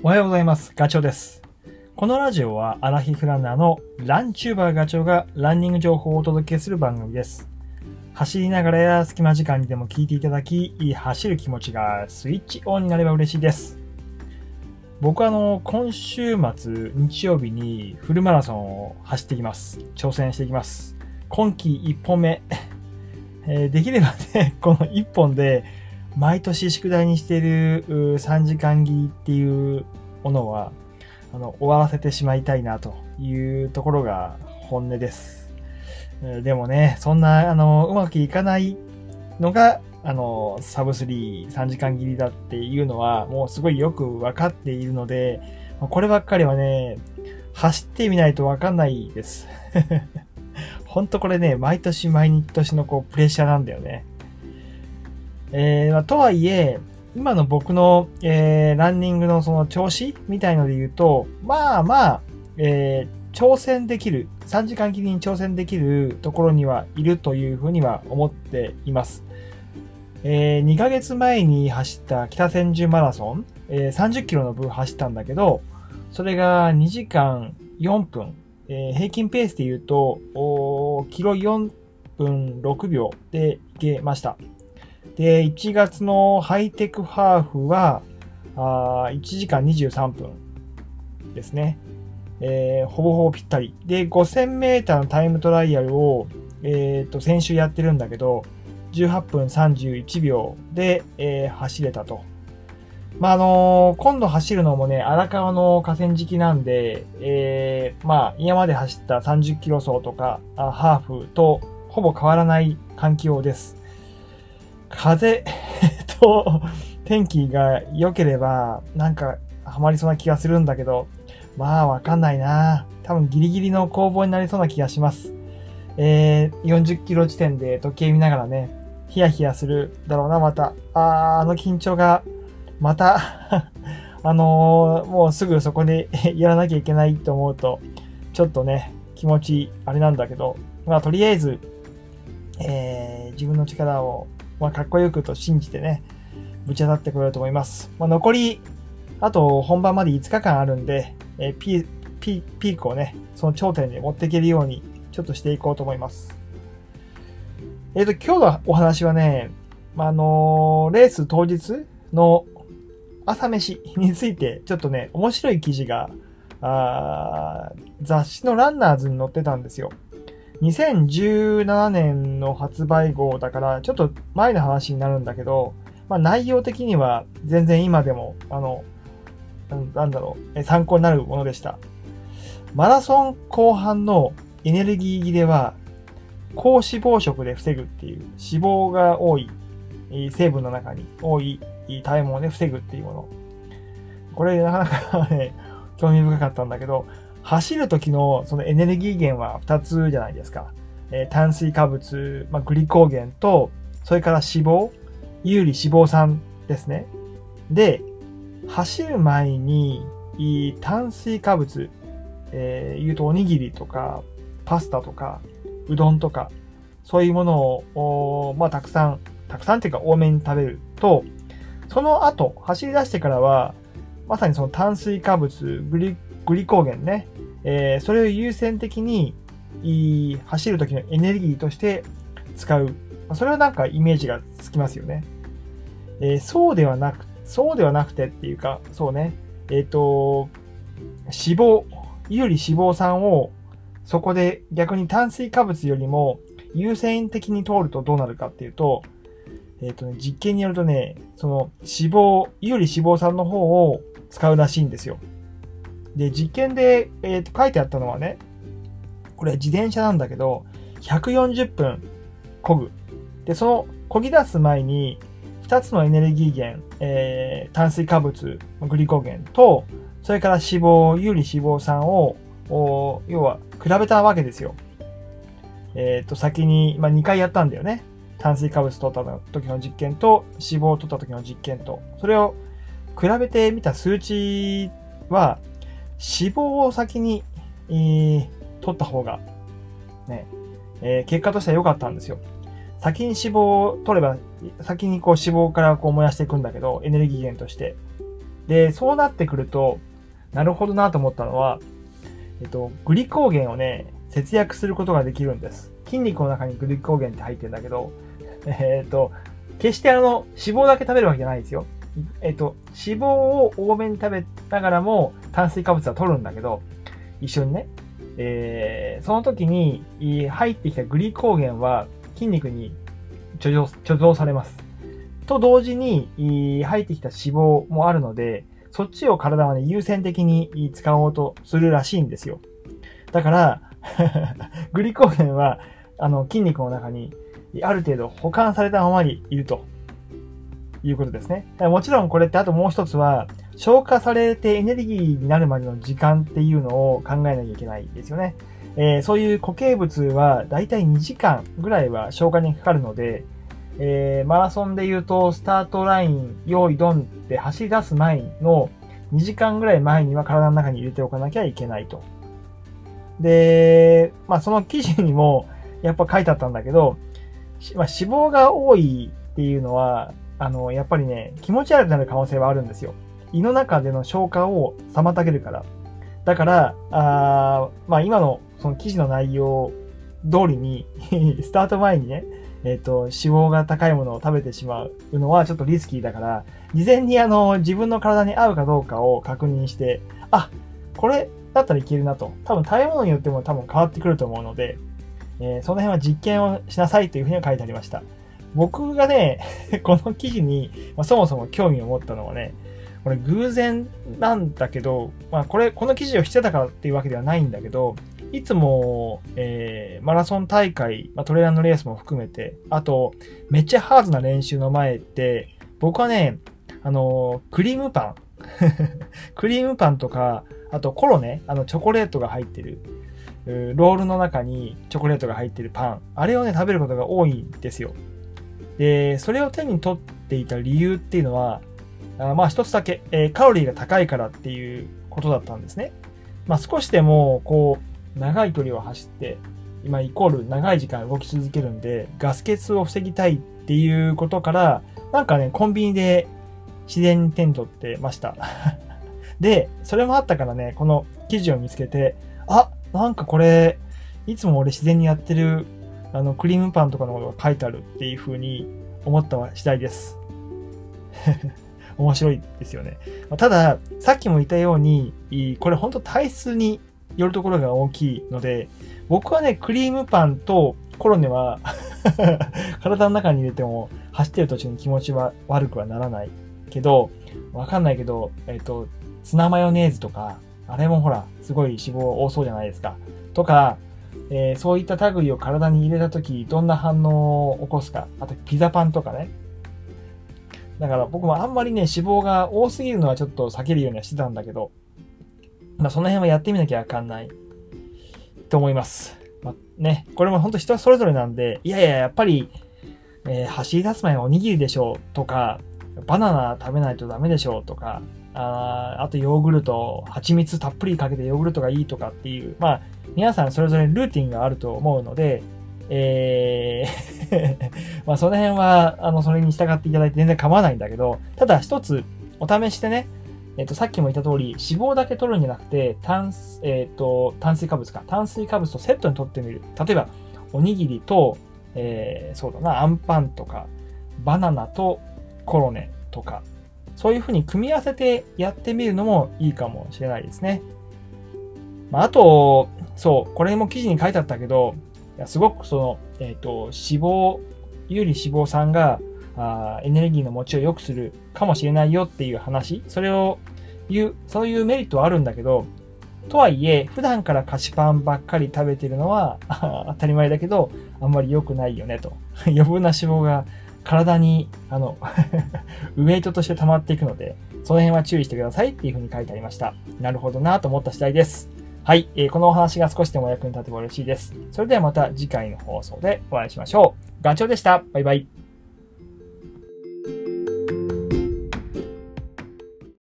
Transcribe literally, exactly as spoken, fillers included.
おはようございます。ガチョウです。このラジオはアラヒフランナーのランチューバーガチョウがランニング情報をお届けする番組です。走りながらや隙間時間にでも聞いていただき、走る気持ちがスイッチオンになれば嬉しいです。僕はあの、今週末日曜日にフルマラソンを走っていきます。挑戦していきます。今季いっぽんめ。えー、できればね、このいっぽんで毎年宿題にしているさんじかん切りっていうものはあの終わらせてしまいたいなというところが本音です。でもね、そんなあのうまくいかないのがあのサブスリーさんじかん切りだっていうのはもうすごいよく分かっているので、こればっかりはね、走ってみないと分かんないです。ほんとこれね、毎年毎年のこうプレッシャーなんだよね。えーまあ、とはいえ、今の僕の、えー、ランニングのその調子みたいので言うと、まあまあ、えー、挑戦できる、さんじかん切りに挑戦できるところにはいるというふうには思っています。えー、にかげつまえに走った北千住マラソン、えー、さんじゅっキロの部走ったんだけど、それがにじかんよんぷん、えー、平均ペースで言うと、キロよんぷんろくびょうでいけました。で、いちがつのハイテクハーフは、あいちじかんにじゅうさんぷんですね。えー、ほぼほぼぴったり。で、ごせんメーターのタイムトライアルを、えっと、先週やってるんだけど、じゅうはっぷんさんじゅういちびょうで、えー、走れたと。まあ、あのー、今度走るのもね、荒川の河川敷なんで、えー、まあ、今まで走ったさんじゅっキロ走とか、あハーフとほぼ変わらない環境です。風と天気が良ければなんかハマりそうな気がするんだけど、まあわかんないな。多分ギリギリの攻防になりそうな気がします。えー、よんじゅっキロ地点で時計見ながらね、ヒヤヒヤするだろうな、また。あー、あの緊張が、また、あのー、もうすぐそこでやらなきゃいけないと思うと、ちょっとね、気持ちあれなんだけど、まあとりあえず、えー、自分の力をまあ、かっこよくと信じてね、ぶち当たってこようと思います。まあ、残り、あと本番までいつかかんあるんで、えー、ピ, ピ, ピークをね、その頂点に持っていけるように、ちょっとしていこうと思います。えっと、今日のお話はね、まあ、あのー、レース当日の朝飯について、ちょっとね、面白い記事が、あ雑誌のランナーズに載ってたんですよ。にせんじゅうななねんの発売号だから、ちょっと前の話になるんだけど、まあ内容的には全然今でも、あの、なんだろう、参考になるものでした。マラソン後半のエネルギー切れは、高脂肪食で防ぐっていう、脂肪が多い、成分の中に多い食べ物で防ぐっていうもの。これなかなかね、興味深かったんだけど、走る時のそのエネルギー源はふたつじゃないですか。えー、炭水化物、まあ、グリコーゲンと、それから脂肪、有利脂肪酸ですね。で、走る前にいい炭水化物、えー、言うとおにぎりとか、パスタとか、うどんとか、そういうものを、まあ、たくさん、たくさんっていうか多めに食べると、その後、走り出してからは、まさにその炭水化物、グリグリコーゲンね、えー、それを優先的にいい走る時のエネルギーとして使う。それはなんかイメージがつきますよね。えー、そうではなく、そうではなくてっていうか、そうね、えっと、脂肪、有利脂肪酸をそこで逆に炭水化物よりも優先的に通るとどうなるかっていうと、えっとね、実験によるとね、その脂肪、有利脂肪酸の方を使うらしいんですよ。で、実験で、えー、と書いてあったのはね、これ自転車なんだけど、ひゃくよんじゅっぷん漕ぐ。で、その漕ぎ出す前に、ふたつのエネルギー源、えー、炭水化物、グリコーゲンと、それから脂肪、有利脂肪酸を、要は比べたわけですよ。えっ、ー、と、先に、まあ、にかいやったんだよね。炭水化物取った時の実験と、脂肪を取った時の実験と。それを比べてみた数値は、脂肪を先に、えー、取った方が、ね、えー、結果としては良かったんですよ。先に脂肪を取れば、先にこう脂肪からこう燃やしていくんだけど、エネルギー源として。 で、そうなってくると、なるほどなと思ったのは、えっと、グリコーゲンをね、節約することができるんです。筋肉の中にグリコーゲンって入ってるんだけど、えっと、決してあの、脂肪だけ食べるわけじゃないですよ。えっと、脂肪を多めに食べながらも炭水化物は取るんだけど、一緒にね、えー、その時に入ってきたグリコーゲンは筋肉に貯蔵、貯蔵されます。と同時に入ってきた脂肪もあるので、そっちを体はね、優先的に使おうとするらしいんですよ。だから、グリコーゲンは、あの、筋肉の中にある程度保管されたままにいるということですね。もちろんこれってあともう一つは、消化されてエネルギーになるまでの時間っていうのを考えなきゃいけないですよね。えー、そういう固形物はだいたいにじかんぐらいは消化にかかるので、えー、マラソンで言うとスタートライン用意ドンって走り出す前のにじかんぐらい前には体の中に入れておかなきゃいけないと。で、まあその記事にもやっぱ書いてあったんだけど、まあ、脂肪が多いっていうのは、あの、やっぱりね、気持ち悪くなる可能性はあるんですよ。胃の中での消化を妨げるから。だから、あまあ今のその記事の内容通りに、スタート前にね、えっと、脂肪が高いものを食べてしまうのはちょっとリスキーだから、事前にあの、自分の体に合うかどうかを確認して、あ、これだったらいけるなと。多分食べ物によっても多分変わってくると思うので、えー、その辺は実験をしなさいというふうには書いてありました。僕がね、この記事に、まあ、そもそも興味を持ったのはね、これ偶然なんだけど、まあこれ、この記事をしてたからっていうわけではないんだけど、いつも、えー、マラソン大会、まあ、トレーラーのレースも含めて、あと、めっちゃハードな練習の前って、僕はね、あの、クリームパン、クリームパンとか、あとコロネ、あの、チョコレートが入ってる、ロールの中にチョコレートが入ってるパン、あれをね、食べることが多いんですよ。で、それを手に取っていた理由っていうのは、あまあ一つだけ、えー、カロリーが高いからっていうことだったんですね。まあ少しでも、こう、長い距離を走って、今イコール長い時間動き続けるんで、ガス欠を防ぎたいっていうことから、なんかね、コンビニで自然に手に取ってました。で、それもあったからね、この記事を見つけて、あ、なんかこれ、いつも俺自然にやってる、あの、クリームパンとかのことが書いてあるっていう風に思った次第です。面白いですよね。ただ、さっきも言ったように、これ本当体質によるところが大きいので、僕はね、クリームパンとコロネは体の中に入れても走ってる途中に気持ちは悪くはならないけど、わかんないけど、えっと、ツナマヨネーズとか、あれもほら、すごい脂肪多そうじゃないですか。とか、えー、そういった類を体に入れたとき、どんな反応を起こすか。あと、ピザパンとかね。だから僕もあんまりね、脂肪が多すぎるのはちょっと避けるようにはしてたんだけど、まあその辺はやってみなきゃわかんないと思います。まあね、これも本当人それぞれなんで、いやいや、やっぱり、えー、走り出す前はおにぎりでしょうとか、バナナ食べないとダメでしょうとか、あ, あとヨーグルト、蜂蜜たっぷりかけてヨーグルトがいいとかっていう、まあ皆さんそれぞれルーティンがあると思うので、えーまあその辺は、あの、それに従っていただいて全然構わないんだけど、ただ一つお試しでね、えっと、さっきも言った通り、脂肪だけ取るんじゃなくて、炭、えっと、炭水化物か。炭水化物とセットに取ってみる。例えば、おにぎりと、えー、そうだな、アンパンとか、バナナとコロネとか、そういう風に組み合わせてやってみるのもいいかもしれないですね。まあ、あと、そう、これも記事に書いてあったけど、いやすごくその、えっと、脂肪、有利脂肪酸があエネルギーの持ちを良くするかもしれないよっていう話、それを言う、そういうメリットはあるんだけど、とはいえ、普段から菓子パンばっかり食べてるのは当たり前だけど、あんまり良くないよねと。余分な脂肪が体に、あの、ウェイトとして溜まっていくので、その辺は注意してくださいっていうふうに書いてありました。なるほどなと思った次第です。はい、えー、このお話が少しでも役に立てば嬉しいです。それではまた次回の放送でお会いしましょう。ガチョウでした。バイバイ。